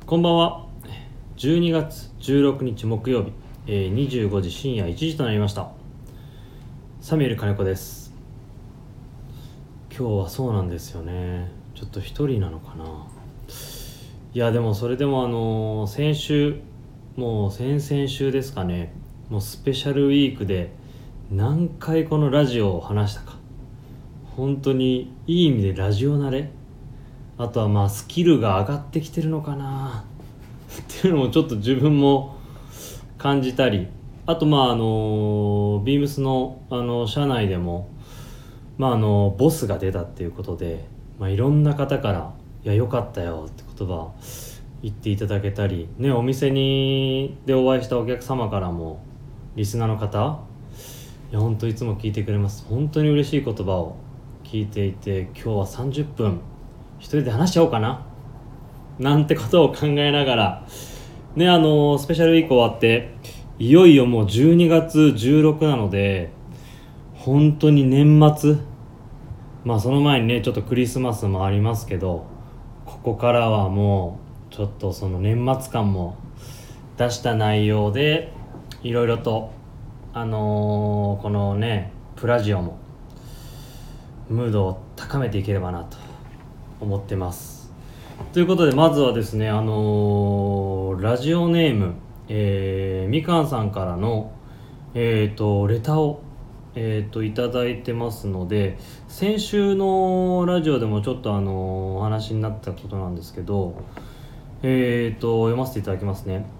こんばんは。12月16日木曜日、25時深夜1時となりました。サミュエル金子です。今日はそうなんですよね。ちょっと一人なのかな。いやでもそれでも先週、もう先々週ですかね、もうスペシャルウィークで何回このラジオを話したか。本当にいい意味でラジオ慣れ、あとはまあスキルが上がってきてるのかなっていうのもちょっと自分も感じたり、あとビームスの社内でもボスが出たっていうことで、いろんな方からいや良かったよって言葉言っていただけたりね、お店でお会いしたお客様からもリスナーの方、いや本当いつも聞いてくれます。本当に嬉しい言葉を聞いていて、今日は30分一人で話しちゃおうかななんてことを考えながらね、スペシャルウィーク終わっていよいよもう12月16なので、本当に年末、その前にねちょっとクリスマスもありますけど、ここからはもうちょっとその年末感も出した内容でいろいろとこのねプラジオもムードを高めていければなと思ってます。ということでまずはですね、ラジオネーム、みかんさんからのレターをいただいてますので、先週のラジオでもちょっとお話になったことなんですけど、読ませていただきますね。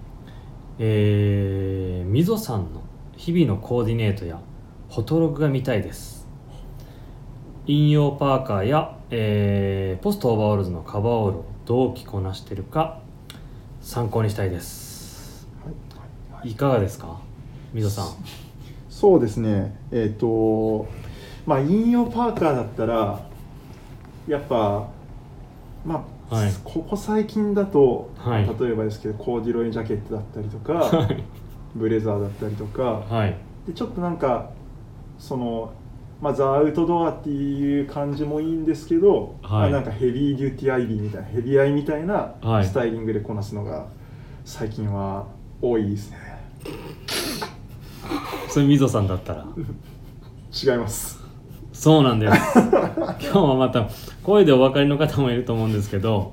みぞさんの日々のコーディネートやフォトログが見たいです。引用パーカーや、ポストオーバーオールズのカバーオールをどう着こなしてるか参考にしたいです。いかがですか、みぞさん。 そうですね、引用パーカーだったらやっぱここ最近だと、例えばですけどコーデュロイジャケットだったりとか、ブレザーだったりとか、でちょっとなんかそのザ・アウトドアっていう感じもいいんですけど、なんかヘビーデューティーアイビーみたいな、ヘビーアイみたいなスタイリングでこなすのが最近は多いですね。 それみぞさんだったら違います。 そうなんです今日はまた声でお分かりの方もいると思うんですけど、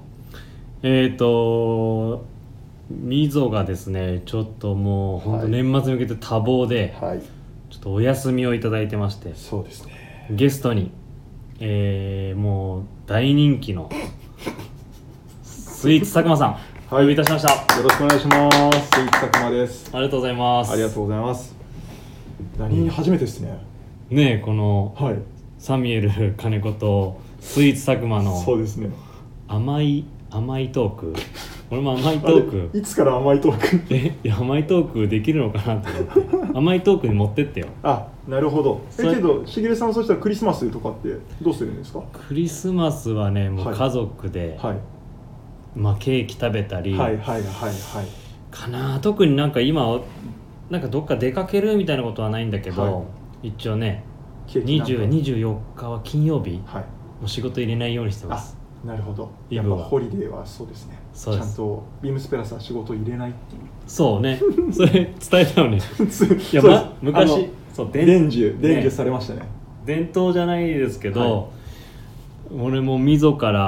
みぞがですねちょっともう本当年末に向けて多忙で、ちょっとお休みをいただいてまして、 そうですね、 ゲストに、もう大人気のスイーツ佐久間さんお呼びいたしました。 よろしくお願いします。スイーツ佐久間です。 ありがとうございます。 ありがとうございます。初めてですね。 ねえ、この、サミュエル金子とスイーツ佐久間のそうですね、 甘いトーク。俺も甘いトークいつから甘いトーク甘いトークできるのかなと思って甘いトークに持ってってよ。 なるほど。けどしげるさんはそうしたらクリスマスとかってどうするんですか？ クリスマスはねもう家族で、ケーキ食べたりかな。特になんか今なんかどっか出かけるみたいなことはないんだけど、一応ね24日は金曜日、もう仕事入れないようにしてます。 なるほど。やっぱホリデーはそうですね。ちゃんとビームスプラスは仕事入れないっていう。 そうねそれ伝えたよねいや、昔伝授されましたね。 伝統じゃないですけど、俺もみぞから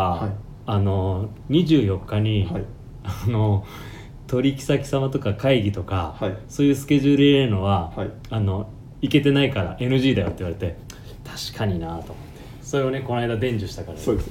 、24日に、取引先様とか会議とか、そういうスケジュール入れるのは、いけてないから NG だよって言われて、確かになと思って、それをねこの間伝授したから、 そうですね。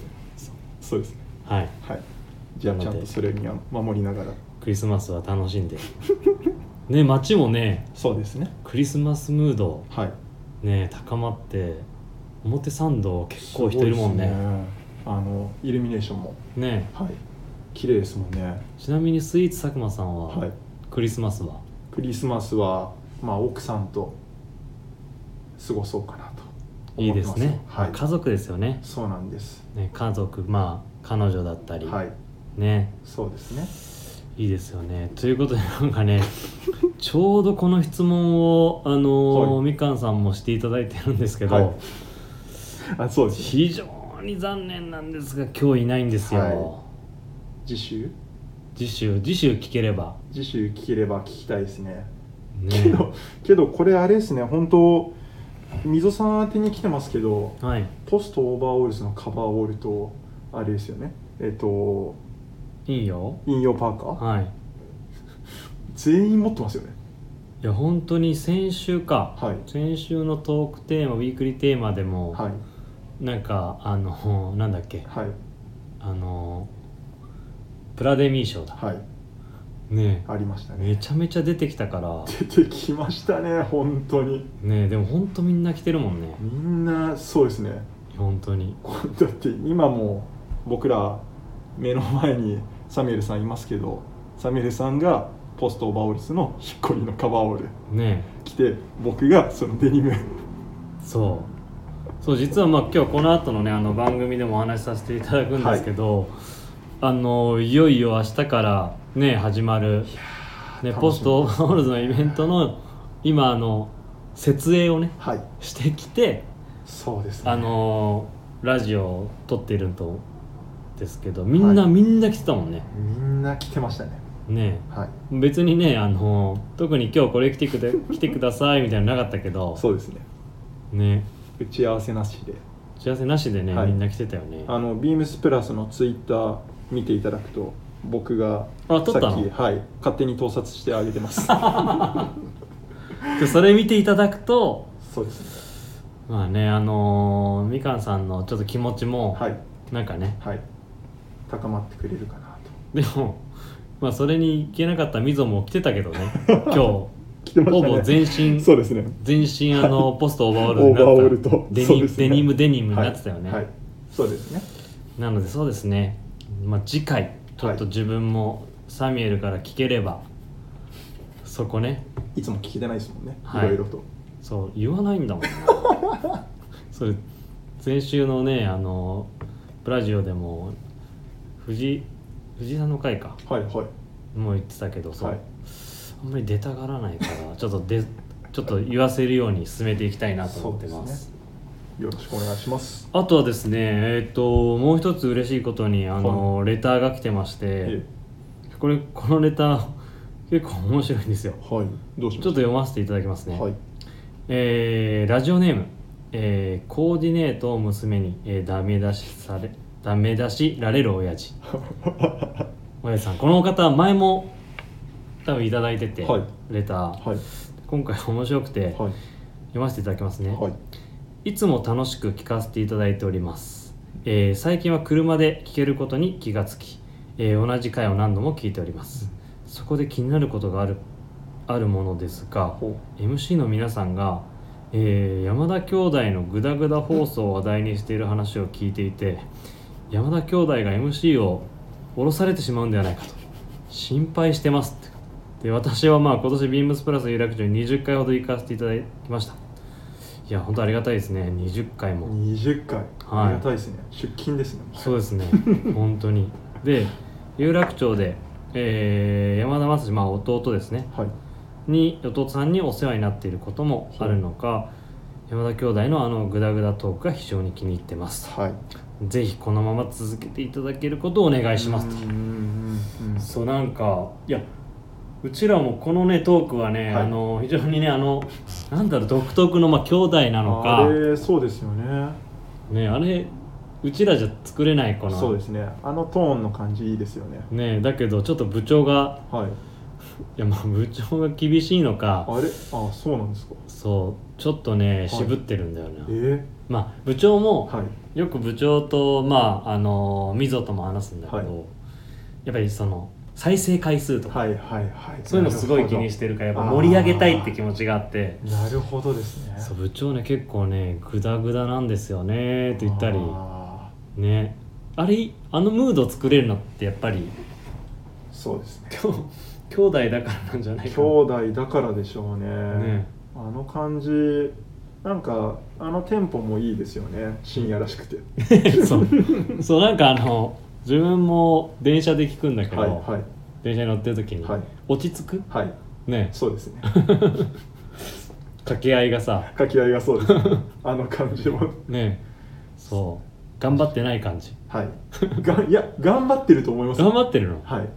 じゃあちゃんとそれには守りながらクリスマスは楽しんでね、街もね、 そうですね、 クリスマスムード、ね高まって、表参道結構人いるもんね。 イルミネーションもね、 綺麗ですもんね。 ちなみにスイーツ佐久間さんは、クリスマスは奥さんと過ごそうかなといいですね、家族ですよね。 そうなんです、 ね、家族、彼女だったり、ね、 そうですね、 いいですよね。ということでなんかねちょうどこの質問をみかんさんもしていただいてるんですけど、 そうです、 非常に残念なんですが今日いないんですよ。 自次週聞ければ聞きたいですね。 ねけどこれあれですね、本当溝さん宛てに来てますけど、 はい、 ポストオーバーオールズのカバーオールとあれですよね、 引用パーカー、 はい、 全員持ってますよね。 いや本当に先週か、 はい、 先週のトークテーマウィークリーテーマでも、 はい、 なんかなんだっけ、 はい、 プラデミー賞だ、 はい、 ねありましたね。 めちゃめちゃ出てきたから出てきましたね、本当にね。でも本当みんな来てるもんね。 みんなそうですね。 本当にだって今も僕ら目の前にサミュエルさんいますけど、サミュエルさんがポストオーバーオールズのヒッコリのカバーオールね着て、僕がそのデニムそう実は今日この後のね番組でもお話しさせていただくんですけど、いよいよ明日からね始まる、ね、ポストオーバーオールズのイベントの今設営をね、 はい、 してきて、 そうですね、 ラジオを撮っているとですけど、みんな来てたもんね。 みんな来てましたね。 ね、 はい、 別にね特に今日これ来てくださいみたいなのなかったけど、 そうですね。 ね、 打ち合わせなしでね、みんな来てたよね。 ビームスプラスのツイッター見ていただくと、僕が撮ったの？ さっき、はい、勝手に盗撮してあげてますそれ見ていただくと、 そうですね、 まあねみかんさんのちょっと気持ちも、 はい、 なんかね、 はい、高まってくれるかなと。でもまあそれに行けなかったみぞも来てたけどね今日来てましたね、 ほぼ全身そうですね、 全身ポストオーバーオールになったオーバーオールとデニムになってたよね、 はい、そうですね。 なのでそうですね、まあ、次回ちょっと自分もサミュエルから聞ければ、そこね、 いつも聞けてないですもんね、 はい、 いろいろと。 そう言わないんだもんなそれ先週のねブラジオでも藤井さんの回か、 はいはい、 もう言ってたけど、そう、 はい、 あんまり出たがらないからちょっと言わせるように進めていきたいなと思ってます。 そうですね、よろしくお願いします。 あとはですね、もう一つ嬉しいことにレターが来てまして、このレター結構面白いんですよ。 はい、どうしますか？ ちょっと読ませていただきますね。 はい、 ラジオネーム、コーディネートを娘に、ダメ出しられる親父親父さん、この方前も多分いただいてて、 はい、 レター、 はい、 今回面白くて、 はい、 読ませていただきますね。 はい、 いつも楽しく聞かせていただいております。最近は車で聞けることに気がつき、同じ回を何度も聞いております。そこで気になることがあるものですが、MC の皆さんが、山田兄弟のグダグダ放送を話題にしている話を聞いていて、山田兄弟が MC を降ろされてしまうんではないかと心配してますって。で、私は今年ビームスプラス有楽町に20回ほど行かせていただきました。いや本当ありがたいですね、20回も。 20回、 はい、 ありがたいですね。出勤ですね。 そうですね本当に。で、有楽町で、山田正史、弟ですね、 はい、 弟さんにお世話になっていることもあるのか、山田兄弟のグダグダトークが非常に気に入ってます、 はい、 ぜひこのまま続けていただけることをお願いしますと。そう、なんかいやうちらもこのねトークはね、はい、非常にねなんだろう、独特の兄弟なのか、 そうですよね。 あれうちらじゃ作れないこの、 そうですね、トーンの感じいいですよね。 だけどちょっと部長が、 はい、 いや部長が厳しいのか、 そうなんですか。 そうちょっとね、はい、渋ってるんだよな。部長も、はい、よく部長と溝とも話すんだけど、はい、やっぱりその再生回数とか、はいはいはい、そういうのすごい気にしてるから、やっぱ盛り上げたいって気持ちがあって。 なるほどですね。 そう、部長ね結構ねグダグダなんですよねって言ったりね、ムード作れるのってやっぱりそうですね、 兄弟だからなんじゃないかな。 兄弟だからでしょう ね。感じ、なんかテンポもいいですよね、深夜らしくてそうなんか自分も電車で聞くんだけど、 はいはい、 電車に乗ってる時に、はい、落ち着く、 はい、 ね、 そうですね掛け合いがそうですね感じもね、そう頑張ってない感じ。 はいいや頑張ってると思います。 頑張ってるの。 はい、い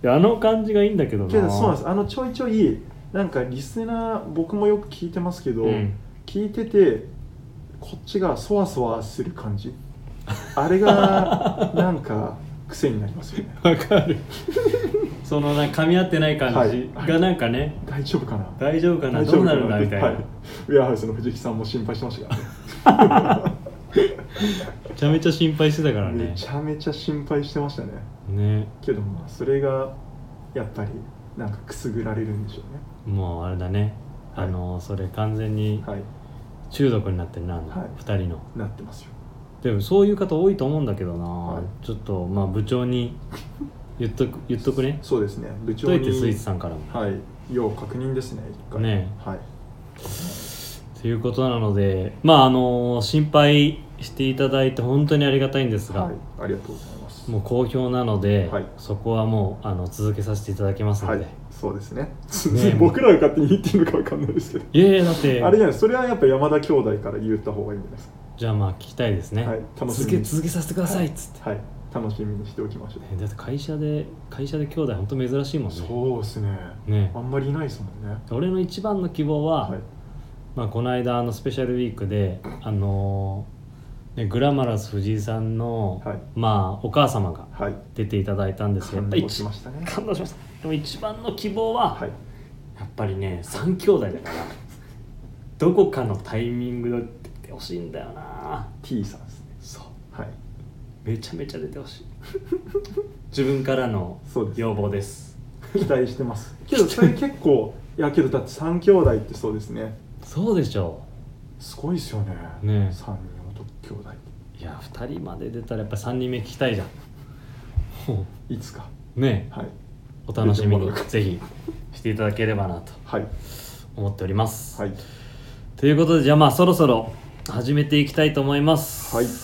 やあの感じがいいんだけどな。 けどそうなんです。ちょいちょいなんかリスナー僕もよく聞いてますけど、聞いててこっちがそわそわする感じ、あれがなんか癖になりますよね。 わかる。そのなんか噛み合ってない感じがなんかね、 大丈夫かなどうなるんだみたいな。 ウェアハウスの藤木さんも心配してましたからね。 めちゃめちゃ心配してたからね。 めちゃめちゃ心配してましたね。 ね。 けどまあそれがやっぱりなんかくすぐられるんでしょうね。 もうあれだね、それ完全に中毒になってるな、2人の。 なってますよ。 でもそういう方多いと思うんだけどな、ちょっとまあ部長に言っとくね。 そうですね、部長に言っといて、スイーツさんからも要確認ですね、一回ね。ということなので、まあ心配していただいて本当にありがたいんですが、 ありがとうございます。 もう好評なので、そこはもう続けさせていただきますので、 そうですね。僕らが勝手に言っていいのか分かんないですけど、 いやいやだってあれじゃない、それはやっぱ山田兄弟から言った方がいいんじゃないですか。 じゃあまあ聞きたいですね。続けさせてくださいっつって、 楽しみにしておきましょう。 だって会社で兄弟本当珍しいもんね。 そうですね。あんまりいないですもんね。 俺の一番の希望は、まあこの間スペシャルウィークでグラマラス藤井さんの、まあお母様が出ていただいたんですけど、 感動しましたね。 感動しました。でも一番の希望は、やっぱりね3兄弟だからどこかのタイミングで出てほしいんだよな。 T さんですね。 そう、めちゃめちゃ出てほしい。自分からの要望です。 期待してます。けどそれ結構いやけどだって3兄弟ってそうですね。 そうでしょう。すごいですよね。3人男兄弟。 いや2人まで出たらやっぱり3人目聞きたいじゃん。 いつかね、お楽しみにぜひしていただければなと思っております。ということで、じゃあまあそろそろ始めていきたいと思います。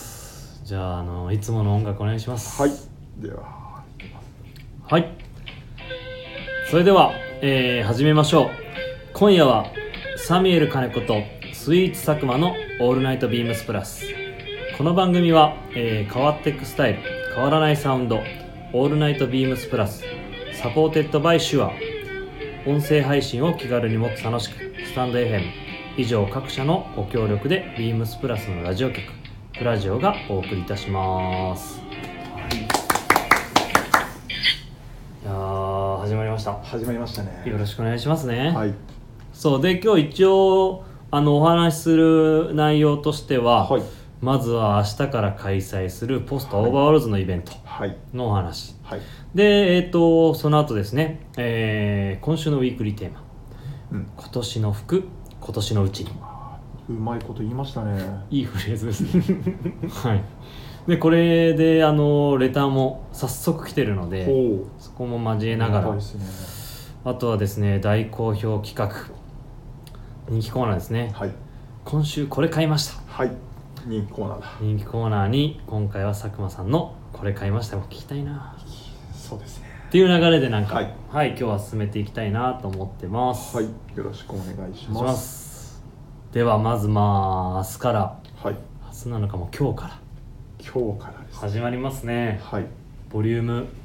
じゃあいつもの音楽お願いします。 ではそれでは、始めましょう。今夜はサミュエル金子とスイーツ佐久間のオールナイトビームスプラス。この番組は、変わっていくスタイル、変わらないサウンド、オールナイトビームスプラス、サポーテッドバイシュア。音声配信を気軽にもっと楽しく、スタンド FM 以上各社のご協力でビームスプラスのラジオ局プラジオがお送りいたします。いや始まりました。 始まりましたね。 よろしくお願いしますね。そうで、今日一応お話しする内容としては、まずは明日から開催するポストオーバーオールズのイベントのお話、で、その後ですね、今週のウィークリーテーマ、今年の服、今年のうちに。 うまいこと言いましたね。 いいフレーズですね。でこれでレターも早速来てるので、そこも交えながら、あとはですね、大好評企画、人気コーナーですね。今週これ買いました。人気コーナーに今回は佐久間さんのこれ買いましたを聞きたいな。 そうですね。 っていう流れでなんか、今日は進めていきたいなと思ってます。 よろしくお願いします。 ではまず明日から、明日なのかも今日からです、 始まりますね。ボリューム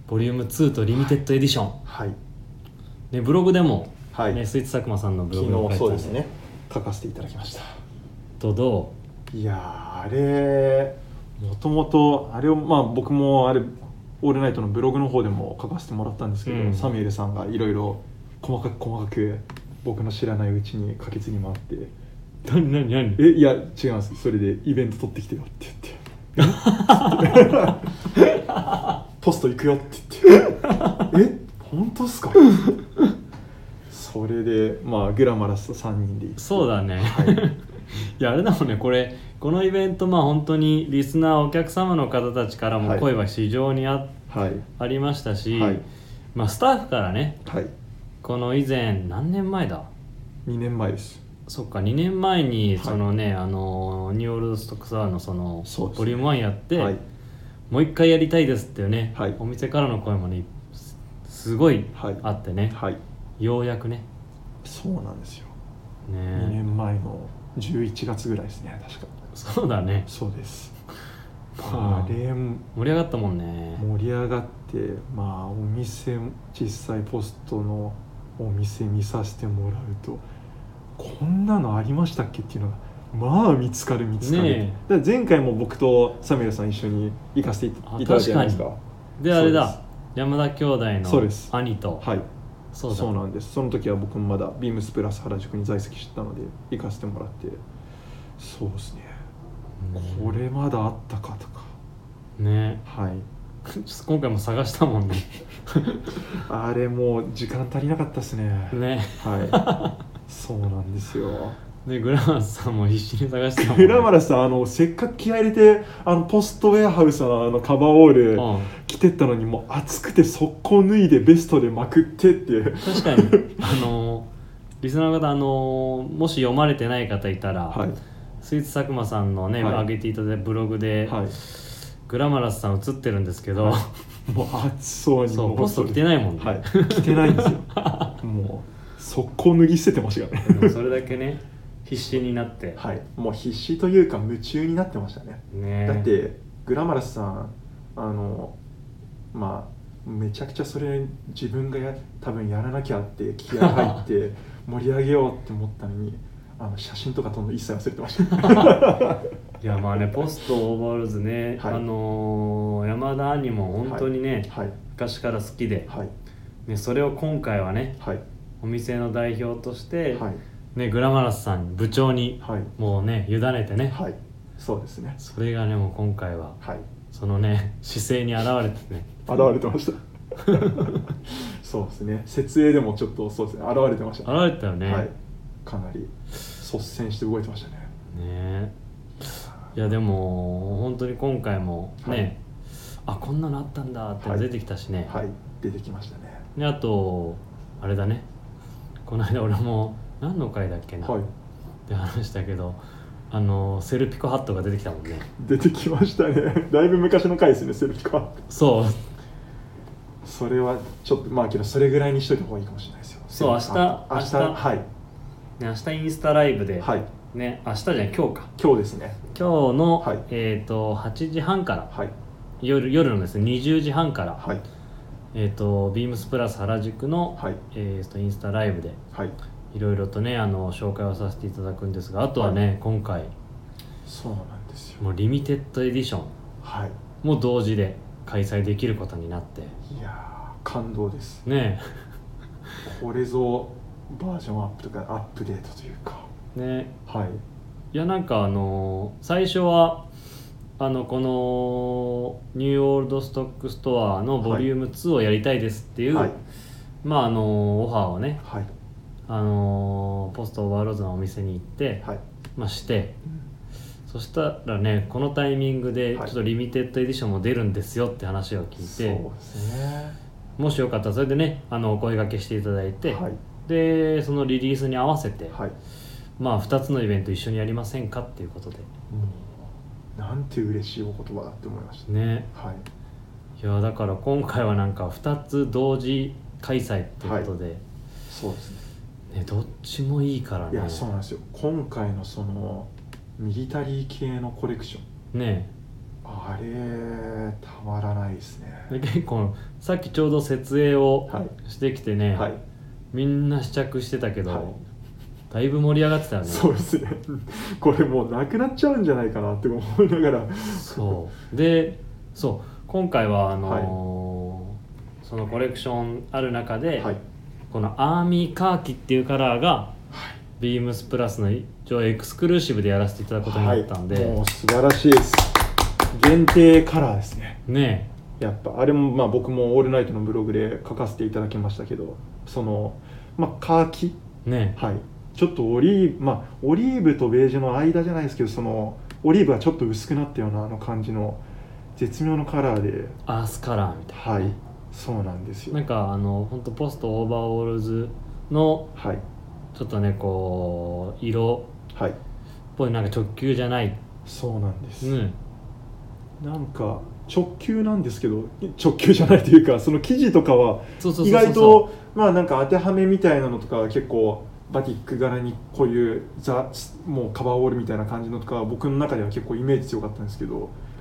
2とリミテッドエディション、ね、ブログでも、ね、スイーツ佐久間さんのブログ昨日そうですね、書かせていただきました。 どう？ いやあれもともとあれを僕もあれオールナイトのブログの方でも書かせてもらったんですけど、サミュエルさんがいろいろ細かく僕の知らないうちに可決に回って、 何いや違います、それでイベント取ってきてよって言ってポスト行くよって言って本当っすかそれでグラマラスと3人で行って。 そうだね、いやあれだもんね、このイベント本当にリスナーお客様の方たちからも声は非常にありましたし、スタッフからね、この以前何年前だ 2年前です。 そっか、2年前にそのね、ニューオールドストックスワーのそのボリューム1やって、もう一回やりたいですっていうね、お店からの声もねすごいあってね、ようやくね。 そうなんですよ、2年前の11月ぐらいですね、確か。 そうだね。 そうです。 あれ盛り上がったもんね。 盛り上がって、まあお店実際ポストのお店見させてもらうとこんなのありましたっけっていうのがまあ見つかる、 ね、 だから前回も僕とサミュエルさん一緒に行かせていただいたじゃないですか。 であれだ、山田兄弟の兄と、 はい、そうなんです。その時は僕もまだビームスプラス原宿に在籍してたので行かせてもらって、そうですね、これまだあったかとかね、 はい今回も探したもんねあれもう時間足りなかったですね。 ね、 はいそうなんですよ。 でグラマラスさんも必死に探してたもんね、グラマラスさんせっかく気合い入れてポストウェアハウスのカバーオール着てったのに、もう暑くて速攻脱いでベストでまくってっていう。 確かにリスナーの方もし読まれてない方いたら、はい、スイーツ佐久間さんのね、上げていただいたブログで、グラマラスさん写ってるんですけど、 もう暑そうにポスト着てないもんね、 着てないんですよもう速攻脱ぎ捨ててましたからねでもそれだけね必死になって、 もう必死というか夢中になってました ね。だってグラマラスさんまあめちゃくちゃそれ自分が多分やらなきゃって気合入って盛り上げようって思ったのに写真とか撮るの一切忘れてましたいやまあね、ポストオーバーオールズね、山田兄も本当にね、昔から好きで、ね、それを今回はね、お店の代表として、ね、グラマラスさん部長にもうね委ねてね、 そうですね。 それがねもう今回は、そのね姿勢に現れてね現れてましたそうですね、設営でもちょっとそうですね現れてましたね。 現れてたよね、 かなり率先して動いてましたね。 ね、いやでも本当に今回もね、こんなのあったんだって出てきたしね、 出てきましたね。 であとあれだね、この間俺も何の回だっけな、って話したけどセルピコハットが出てきたもんね。 出てきましたねだいぶ昔の回ですね、セルピコハット。 そう、 それはちょっとけどそれぐらいにしといた方がいいかもしれないですよ。 そう、明日ね、明日インスタライブで、ね、明日じゃない今日か、 今日ですね、 今日の、8時半から、夜のですね20時半から、ビームスプラス原宿の、インスタライブで、いろいろとね紹介をさせていただくんですが、あとはね、今回そうなんですよ、 もうリミテッドエディションも同時で開催できることになって、 いや感動ですねこれぞバージョンアップとかアップデートというかね、いやなんか最初はこのニューオールドストックストアのボリューム2をやりたいですっていう、オファーをね、ポストオーバーローズのお店に行って、して、そしたらねこのタイミングでちょっとリミテッドエディションも出るんですよって話を聞いて、 そうですね、 もしよかったらそれでねお声掛けしていただいて、でそのリリースに合わせて、2つのイベント一緒にやりませんかっていうことで、 なんて嬉しいお言葉だって思いましたね。いやだから今回はなんか2つ同時開催っていうことで、 そうですね、どっちもいいからね。 いやそうなんですよ、今回のそのミリタリー系のコレクションね、あれたまらないですね。 で結構さっきちょうど設営をしてきてね、みんな試着してたけど、だいぶ盛り上がってたよね。 そうですねこれもうなくなっちゃうんじゃないかなって思いながらそうで今回はそのコレクションある中で、このアーミーカーキっていうカラーが、ビームスプラスの一応エクスクルーシブでやらせていただくことになったんで、 もう素晴らしいです。限定カラーですね。 やっぱあれも僕もオールナイトのブログで書かせていただきましたけど、そのカーキね、ちょっとオリーブとベージュの間じゃないですけど、そのオリーブはちょっと薄くなったような感じの絶妙のカラーで、 アースカラーみたいな、 そうなんですよ。 なんか本当ポストオーバーオールズの、ちょっとねこう色っぽいなんか直球じゃない、 そうなんです、なんか直球なんですけど直球じゃないというか、その生地とかは意外となんか当てはめみたいなのとか結構バティック柄にこういうもうカバーオールみたいな感じのとか僕の中では結構イメージ強かったんですけど、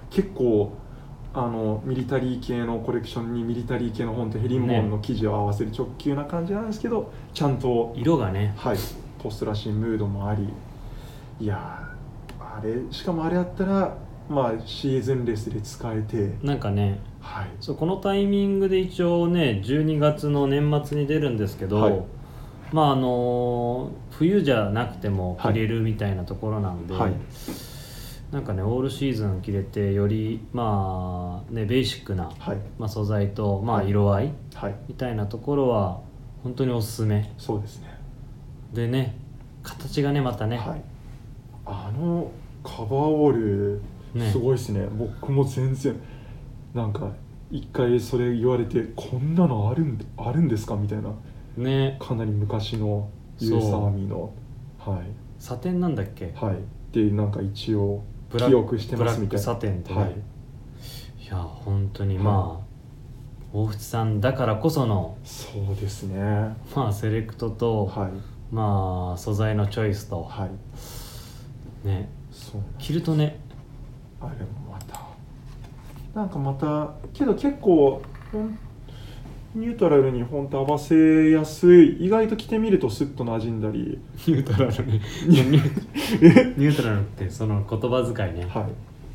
結構ミリタリー系のコレクションにミリタリー系の本とヘリンボーンの生地を合わせる直球な感じなんですけど、ちゃんと色がね、 はい、ポストらしいムードもあり、いやしかもあれやったら、まあ、シーズンレスで使えて、 なんかね、 はい、 そうこのタイミングで一応ね12月の年末に出るんですけど、 はい、 まあ冬じゃなくても着れるみたいなところなんで、 はい、 なんかねオールシーズン着れてよりまあねベーシックな、 はい、 まあ、素材と、まあ、色合いはい、 みたいなところは本当におすすめそうですね。 でね、形がねまたね、 はい、カバーオールねすごいですね。僕も全然なんか一回それ言われて、こんなのあるんですかみたいな、 ね、 かなり昔のユースアーミーの、はい、 サテンなんだっけ、 はい、でなんか一応記憶してますみたいな。 ブラックサテンってね、 はい、 いや本当にはい、 まあ大渕さんだからこそのそうですね。 まあセレクトと、 はい、 まあ素材のチョイスと、 はい、 ねそう着るとね、 あれもまたなんかまたけど結構ニュートラルに本当合わせやすい、意外と着てみるとスッと馴染んだり。 ニュートラルねニュートラルってその言葉遣いね、 はい、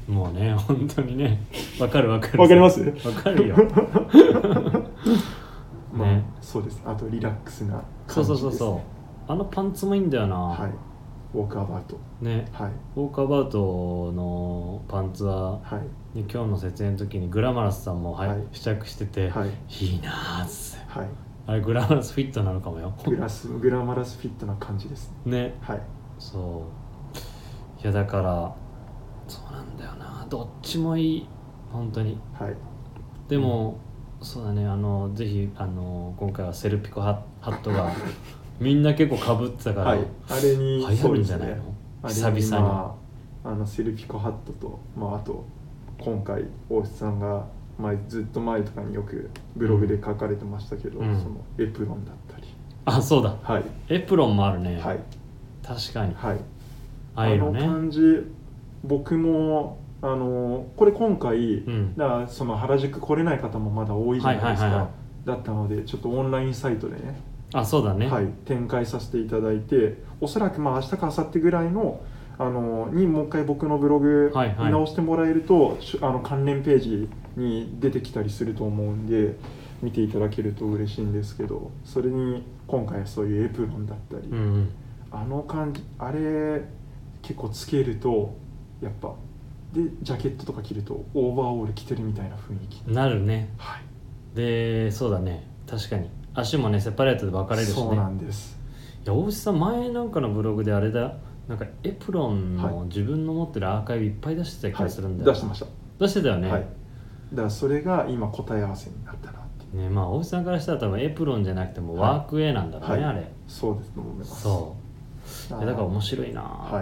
もうね本当にねわかるわかります。 わかるよまあ、 ね、 そうです。あとリラックスなそう感じです、ね、 そうあのパンツもいいんだよな、 はい、ウォークアバウト、 ね、 はい、 ウォークアバウトのパンツは、 はい、 ね、今日の設営の時にグラマラスさんも、 はい試着してて、 はい、 いいなーっつって、 はい、 あれグラマラスフィットなのかもよグラマラスフィットな感じですね。 ね、 はい、 そういやだからそうなんだよな、どっちもいい本当に。 はい、 でも、そうだね、ぜひ今回はセルピコハットがみんな結構かぶってたから、 はい、あれに流行るんじゃないの、久々に、 まあ、セルピコハットと、まあ、あと今回大須さんがずっと前とかによくブログで書かれてましたけど、そのエプロンだったり、 あ、そうだ、 はい、 エプロンもあるね、 はい、 確かに、 はい、 ああいうのね、 感じ僕もこれ今回、だからその原宿来れない方もまだ多いじゃないですか、だったのでちょっとオンラインサイトでね、 あ、そうだね、 はい、展開させていただいて、おそらく明日か明後日ぐらいのにもう一回僕のブログ見直してもらえると、関連ページに出てきたりすると思うんで見ていただけると嬉しいんですけど、それに今回はそういうエプロンだったり、感じ、あれ結構つけるとやっぱでジャケットとか着るとオーバーオール着てるみたいな雰囲気なるね、 はい、 でそうだね、確かに足もねセパレートで分かれるしね。 そうなんです。 いや大石さん前なんかのブログであれだ、なんかエプロンの自分の持ってるアーカイブいっぱい出してた気がするんだよ、 出してました。 出してたよね、 はい、だからそれが今答え合わせになったなってね。まあ大石さんからしたら多分エプロンじゃなくてもワークウェイなんだろうね、あれ。 そうですと思います。 そういやだから面白いなと思って、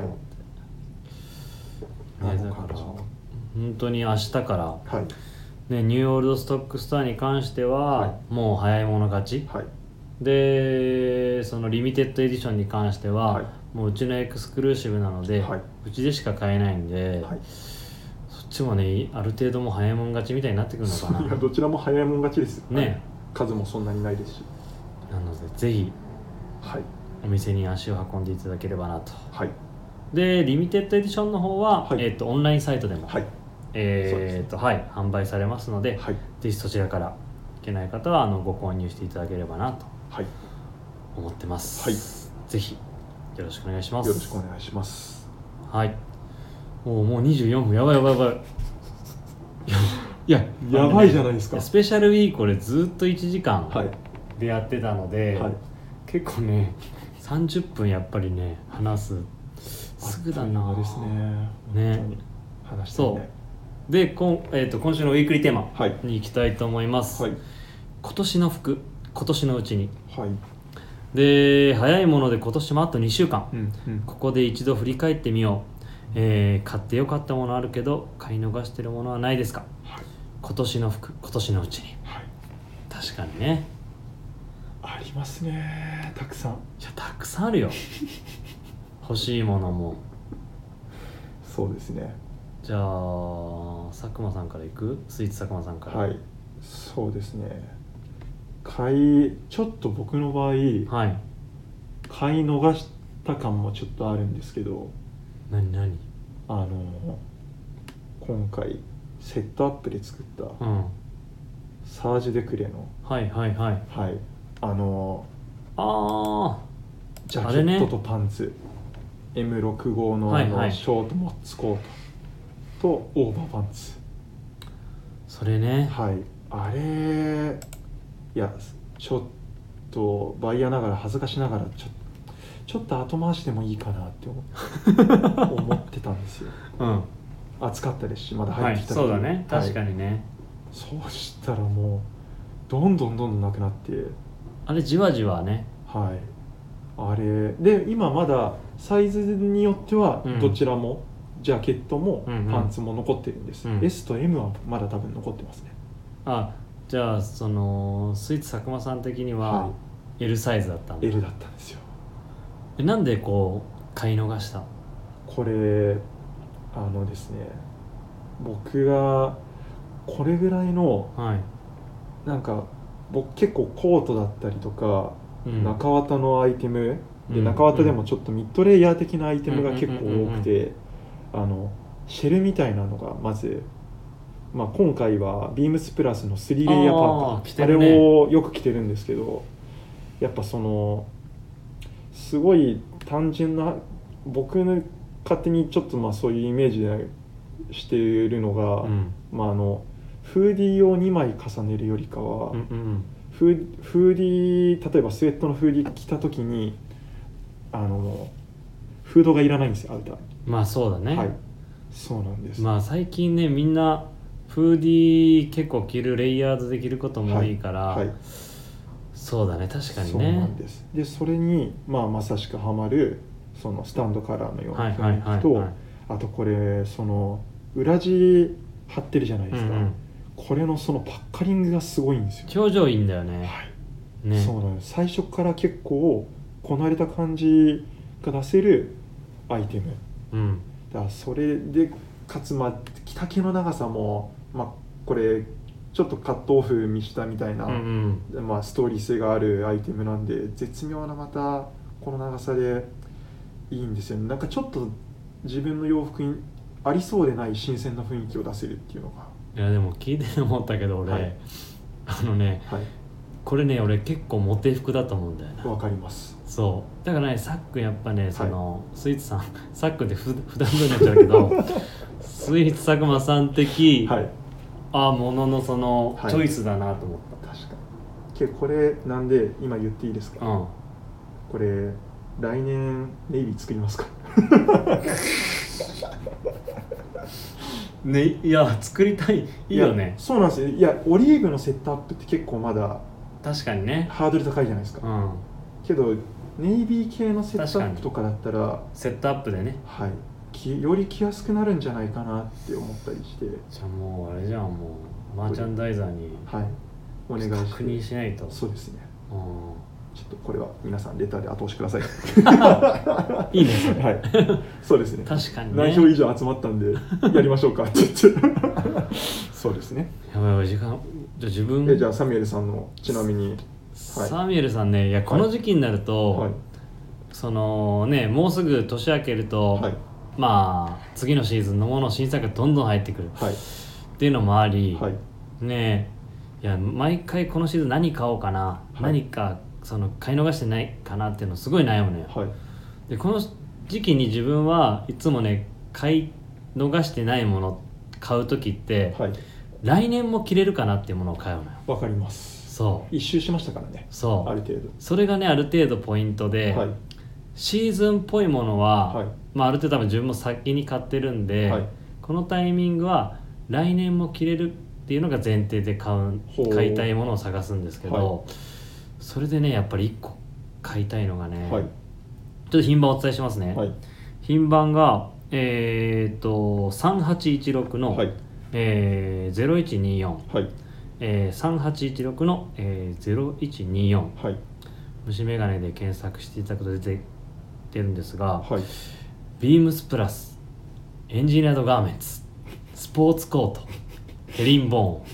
ね、だから本当に明日から、ね、ニューオールドストックストアに関しては、もう早い者勝ち、でそのリミテッドエディションに関しては、もううちのエクスクルーシブなので、うちでしか買えないんで、そっちもねある程度もう早い者勝ちみたいになってくるのかな。 いやどちらも早い者勝ちですね、 数もそんなにないですし、 なのでぜひ、お店に足を運んでいただければなと。でリミテッドエディションの方は、オンラインサイトでも、販売されますので、ぜひそちらからいけない方はご購入していただければなと思ってます、ぜひよろしくお願いします。 よろしくお願いします。 はい、もう24分、やばいいややばいじゃないですか。 スペシャルウィークこれずっと1時間でやってたので、結構ね30分やっぱりね話すすぐだなですね。話してね。 そうで今週のウィークリーテーマに行きたいと思います、今年の服今年のうちに、で早いもので今年もあと2週間、ここで一度振り返ってみよう、買ってよかったものあるけど買い逃してるものはないですか、今年の服今年のうちに、確かにねありますね、たくさん。いやたくさんあるよ欲しいものも。 そうですね。 じゃあ佐久間さんからいく？スイーツ佐久間さんから。 はい、そうですね。ちょっと僕の場合、 はい。 買い逃した感もちょっとあるんですけど、 何？ あの今回セットアップで作ったうん。 サージュ・デクレの、 はいはいはい。 はい、 あジャケットとパンツ、M65 のはいはいショートモッツコートとオーバーパンツ。 それね。 はい、あれ、いやちょっとバイヤーながら恥ずかしながらちょっと後回しでもいいかなって思ってたんですよ。 うん。 暑かったですし、まだはい、 入ってきた時、 そうだね、 はい、 確かにね。 そうしたらもうどんどんなくなって、 あれじわじわね。 はい、あれで今まだサイズによってはどちらも、ジャケットもパンツも残ってるんです、S と M はまだ多分残ってますね。 じゃあそのスイーツ佐久間さん的には L サイズだったんだ。 L だったんですよ。 なんでこう買い逃した？ これですね、僕がこれぐらいの、 はい、 なんか僕結構コートだったりとか、中綿のアイテムで、中綿でもちょっとミッドレイヤー的なアイテムが結構多くて、シェルみたいなのがまず、今回はビームスプラスの3レイヤーパーカー、あれをよく着てるんですけど、やっぱすごい単純な、僕の勝手にちょっとそういうイメージでしているのが、フーディーを2枚重ねるよりかは、フーディー、例えばスウェットのフーディー着た時にフードがいらないんですよ、アウター。 まあそうだね。 はい、そうなんです。 最近ね、みんなフーディー結構着る、レイヤードできることも多いから、そうだね、確かにね。 そうなんです。でそれに、まさしくはまるそのスタンドカラーのような雰囲気と、あとこれ裏地貼ってるじゃないですか、これのそのパッカリングがすごいんですよ。 表情いいんだよね。 はい、ね、そうなんです。最初から結構こなれた感じが出せるアイテム、だからそれでかつ着丈の長さも、これちょっとカットオフしたみたいな、ストーリー性があるアイテムなんで、絶妙なまたこの長さでいいんですよね。なんかちょっと自分の洋服にありそうでない新鮮な雰囲気を出せるっていうのが。 いやでも聞いて思ったけど俺、はい、これね、俺結構モテ服だと思うんだよね。 わかります。 そうだからね、さっくんやっぱね、スイーツさん、さっくんって普段通りになっちゃうけどスイーツ佐久間さん的、もののそのチョイスだなと思った。 確かに。これなんで今言っていいですか？これ来年ネイビー作りますか？ ね、いや作りたい。いいよね。 そうなんですよ。いや、オリーブのセットアップって結構まだ確かにね、 ハードル高いじゃないですか、けどネイビー系のセットアップとかだったら、 セットアップでね、 より着やすくなるんじゃないかなって思ったりして。 じゃあもうあれじゃん、もうマーチャンダイザーにお願いして確認しないと。 そうですね。ちょっとこれは皆さんレターで後押しください。 いいねそれ。 はい、そうですね。 確かにね。 何票以上集まったんでやりましょうかって言って。そうですね。 やばい時間。じゃあ自分。 じゃあサミュエルさんのちなみに。 サミュエルさんね、いやこの時期になると、そのね、もうすぐ年明けると、次のシーズンのもの新作がどんどん入ってくる、っていうのもあり、ねえ、いや毎回このシーズン何買おうかな、何かその買い逃してないかなっていうのすごい悩むのよ、でこの時期に自分はいつもね、買い逃してないもの買う時って、来年も着れるかなっていうものを買うのよ。 わかります。 そう一周しましたからね。 そう、 ある程度それがね、ある程度ポイントで、シーズンっぽいものは、ある程度多分自分も先に買ってるんで、このタイミングは来年も着れるっていうのが前提で買いたいものを探すんですけど、それでね、やっぱり1個買いたいのがね、ちょっと品番お伝えしますね、品番が3816の、0124、3816の、0124、虫眼鏡で検索していただくと出てるんですが、ビームスプラスエンジニアードガーメンツスポーツコートヘリンボ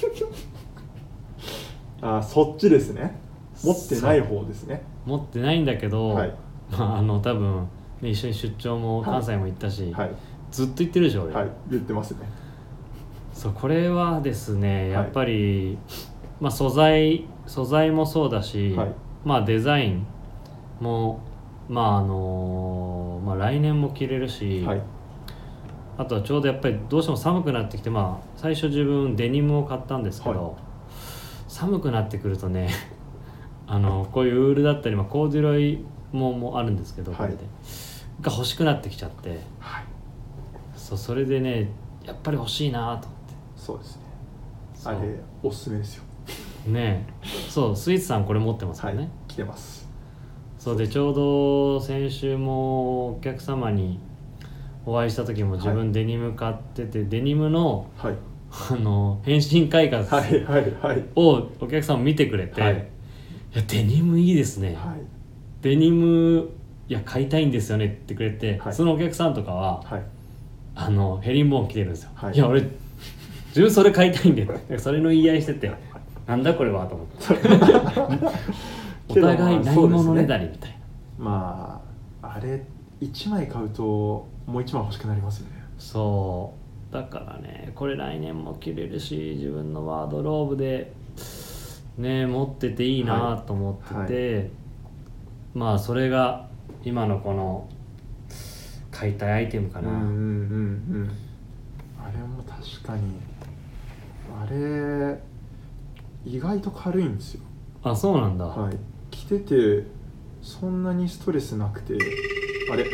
ーンそっちですね。持ってない方ですね。 持ってないんだけど、 はい、 多分、ね、一緒に出張も関西も行ったし、 はい、 ずっと言ってるでしょ俺、 はい、言ってますね。 そうこれはですねやっぱり、まあ、素材もそうだし、 はい、 まあ、デザインも、まあまあ、来年も着れるし、 はい、 あとはちょうどやっぱりどうしても寒くなってきて、まあ、最初自分デニムを買ったんですけど、 はい、 寒くなってくるとねこういうウールだったり、まあ、コーデュロイもあるんですけど、これでが欲しくなってきちゃって、 はい、 それでねやっぱり欲しいなと思って。 そうですね。あれおすすめですよねえ、そうスイーツさんこれ持ってますよね、 はい、着てます。 そうでちょうど先週もお客様にお会いした時も自分デニム買ってて、デニムの、 はい、 変身改革はいはいはいをお客さんも見てくれて、 はい、 いやデニムいいですね、 はい、 デニムいや買いたいんですよねって言ってくれて、 はい、 そのお客さんとかは、 はい、 ヘリンボーン着てるんですよ、 はい、 いや俺自分それ買いたいんでってそれの言い合いしててなんだこれはと思ってお互いないものねだりみたいな、 まああれ1枚買うともう1枚欲しくなりますよね。 そうだからねこれ来年も着れるし自分のワードローブでね持ってていいなと思ってて、はい、まあそれが今のこの買いたいアイテムかな。 あれも確かにあれ意外と軽いんですよ。 あ、そうなんだ。 はい、着ててそんなにストレスなくて、あれ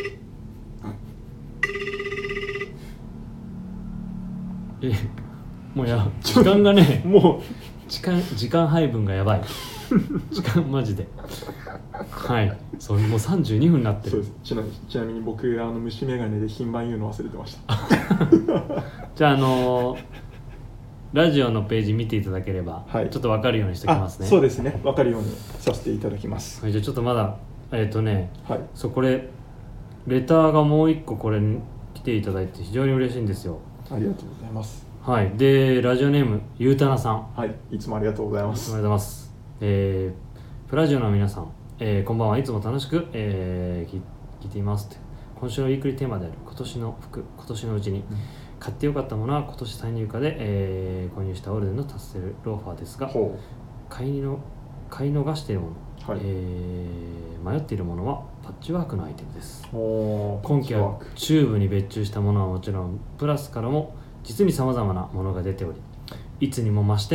もう時間がねもう時間配分がやばい時間マジではいそうもう32分になってる。 そうです。ちなみに僕虫眼鏡で品番言うの忘れてましたじゃあラジオのページ見ていただければ、はい、ちょっと分かるようにしておきますね。 そうですね、分かるようにさせていただきます。 はい、じゃあちょっとまだはい、そうこれレターがもう一個これに来ていただいて非常に嬉しいんですよ。 ありがとうございます。 はい、でラジオネームゆうたなさん、 はい、いつもありがとうございます。 ありがとうございます。プラジオの皆さん、こんばんはいつも楽しく、聞いていますって。今週のウィークリーテーマである今年の服、今年のうちに、買ってよかったものは今年再入荷で、購入したオールデンのタッセルローファーですが、買い逃しているもの、はい、迷っているものはパッチワークのアイテムです。今期はチューブに別注したものはもちろんプラスからも実にさまざまなものが出ており、いつにも増して、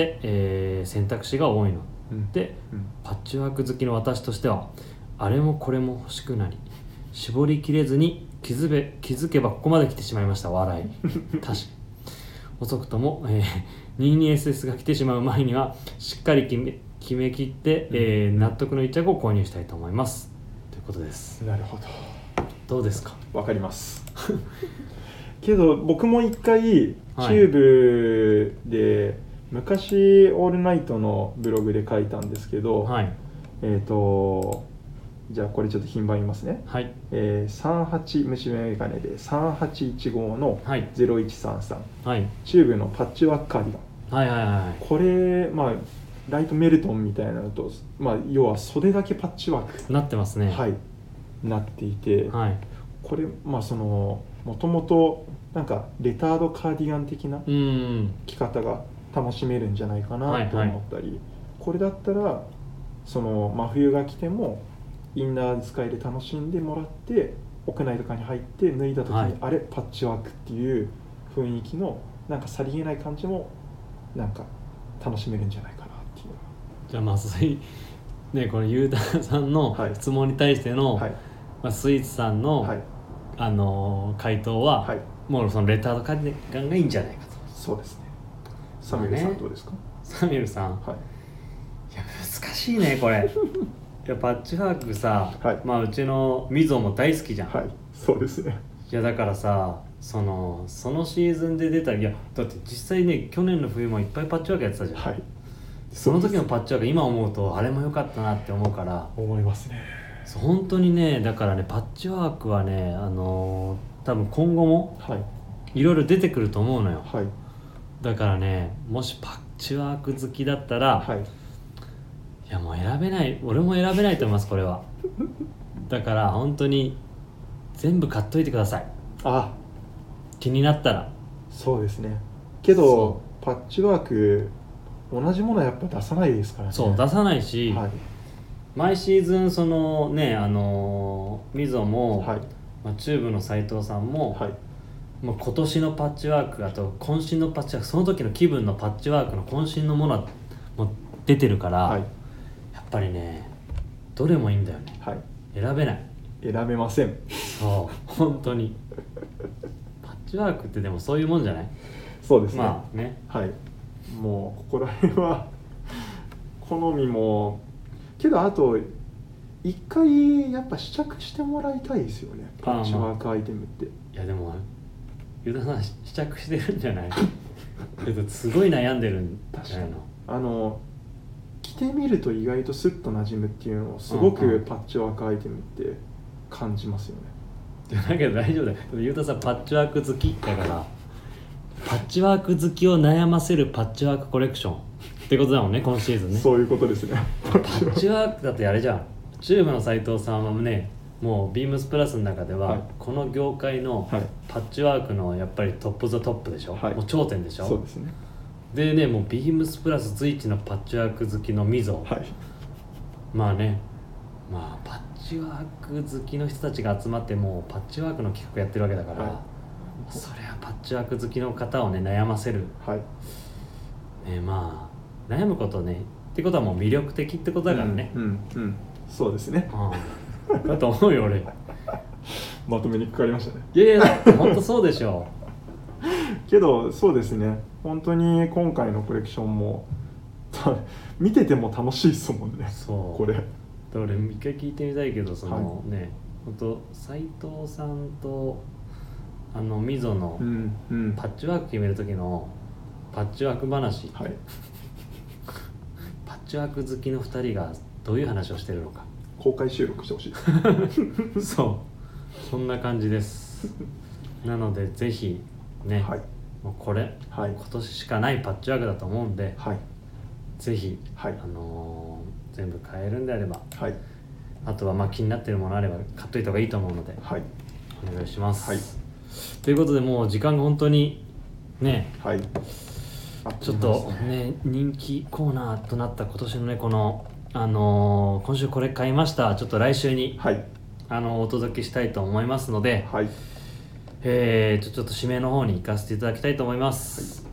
選択肢が多いので、パッチワーク好きの私としてはあれもこれも欲しくなり絞りきれずに気づけばここまで来てしまいました。笑い確かに遅くとも、22SS が来てしまう前にはしっかり決めきって、納得の一着を購入したいと思いますということです。 なるほど。 どうですか？ わかりますけど僕も一回チューブで、昔オールナイトのブログで書いたんですけど、はい、じゃあこれちょっと品番言いますね。はい、38虫眼鏡で3815の0133、はい、チューブのパッチワークカーディガン、はいはいはい、これライトメルトンみたいなのと、要は袖だけパッチワークなってますね。 はい、なっていて、はい、これもともとなんかレタードカーディガン的な着方が楽しめるんじゃないかなと思ったり、はいはい、これだったら真冬が来てもインナー使いで楽しんでもらって屋内とかに入って脱いだ時に、はい、あれパッチワークっていう雰囲気のなんかさりげない感じもなんか楽しめるんじゃないかなっていう。 じゃあそういうね、このゆうたさんの質問に対しての、はい、スイーツさんの、はい、回答は、はい、もうそのレタードカーディガンがいいんじゃないかと。 そうですね。サミュエルさんどうですか？ サミュエルさん、はい、いや難しいねこれいやパッチワークさ、はい、うちのみぞも大好きじゃん。 はい、そうですね。 いやだからさそのシーズンで出たいやだって実際ね去年の冬もいっぱいパッチワークやってたじゃん。はい、その時のパッチワーク今思うとあれも良かったなって思うから思いますね。 本当にねだからねパッチワークはね多分今後もいろいろ出てくると思うのよ。 はい。 だからね、もしパッチワーク好きだったら、 はい。 いやもう選べない、俺も選べないと思いますこれは。だから本当に全部買っといてください。 あ、 気になったら。 そうですね。けどパッチワーク同じものはやっぱ出さないですからね。 そう出さないし、 はい。 毎シーズンそのねみぞも、 はい。 まあ、チューブの斉藤さんも、 はい。 もう今年のパッチワーク、あと渾身のパッチワーク、その時の気分のパッチワークの渾身のものはもう出てるから、 はい。 やっぱりねどれもいいんだよね。 はい。 選べない。 選べません。 そう本当にパッチワークってでもそういうもんじゃない？ そうですね。 まあね。 はい。もうここら辺は好みもけど、あと一回やっぱ試着してもらいたいですよね。パッチワークアイテムって。 いやでもユダさん試着してるんじゃない？けどすごい悩んでるんじゃないの？ 着てみると意外とスッと馴染むっていうのをすごくパッチワークアイテムって感じますよね。 だけど大丈夫だよ。ユダさんパッチワーク好きだからパッチワーク好きを悩ませるパッチワークコレクションってことだもんね、今シーズンね。 そういうことですね。 パッチワークだってあれじゃん、チューブの斉藤さんはね、もうビームスプラスの中では、 はい、 この業界のパッチワークのやっぱりトップザトップでしょ、はい、もう頂点でしょ。 そうですね。 でね、もうビームスプラス随一のパッチワーク好きのみぞ、 はい、 まあね、まあパッチワーク好きの人たちが集まってもうパッチワークの企画やってるわけだから、はい、それはパッチワーク好きの方をね悩ませる、はいね、まあ悩むことねってことはもう魅力的ってことだからね。 そうですね。 だと思うよ俺。 まとめにかかりましたね。 いやいや本当そうでしょけどそうですね、本当に今回のコレクションも見てても楽しいですもんね。 そうこれ俺一回聞いてみたいけど、その、はい、ね、本当斉藤さんとみぞのパッチワーク決める時のパッチワーク話、はい、パッチワーク好きの2人がどういう話をしてるのか公開収録してほしい。 そんな感じです。なのでぜひね、はい、もうこれ、はい、今年しかないパッチワークだと思うんで、はい、ぜひ、はい、全部買えるんであれば、はい、あとはまあ気になっているものあれば買っといた方がいいと思うので、はい、お願いします、はい、ということでもう時間が本当にね、はい、ちょっとね人気コーナーとなった今年のねこの今週これ買いました、ちょっと来週に、はい、お届けしたいと思いますので、はい、ちょっと締めの方に行かせていただきたいと思います、はい、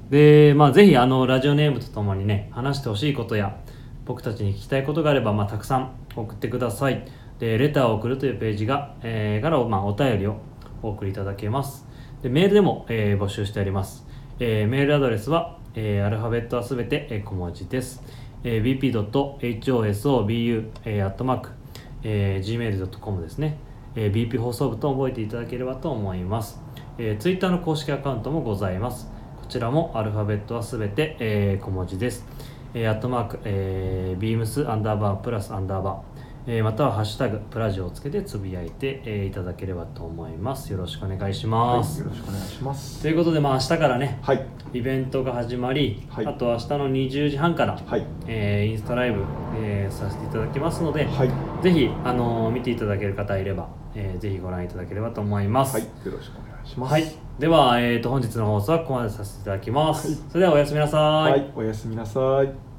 でまあぜひラジオネームとともにね話してほしいことや僕たちに聞きたいことがあれば、まあ、たくさん送ってください。でレターを送るというページが、からまあ、お便りをお送りいただけます。でメールでも、募集しております。メールアドレスは、アルファベットはすべて、小文字です。bp.hosobu@gmail.com ですね。BP 放送部と覚えていただければと思います。Twitter の公式アカウントもございます。こちらもアルファベットはすべて、小文字です。@beams_+_またはハッシュタグプラジオをつけてつぶやいて、いただければと思います。よろしくお願いします、 はい、よろしくお願いします。 ということで、まあ、明日からね、はい、イベントが始まり、はい、あと明日の20時半から、はい、インスタライブ、させていただきますので、はい、ぜひ見ていただける方いれば、ぜひご覧いただければと思います。 はい、よろしくお願いします。 はい、では、本日の放送はここまでさせていただきます、はい、それではおやすみなさい。 はい、おやすみなさい。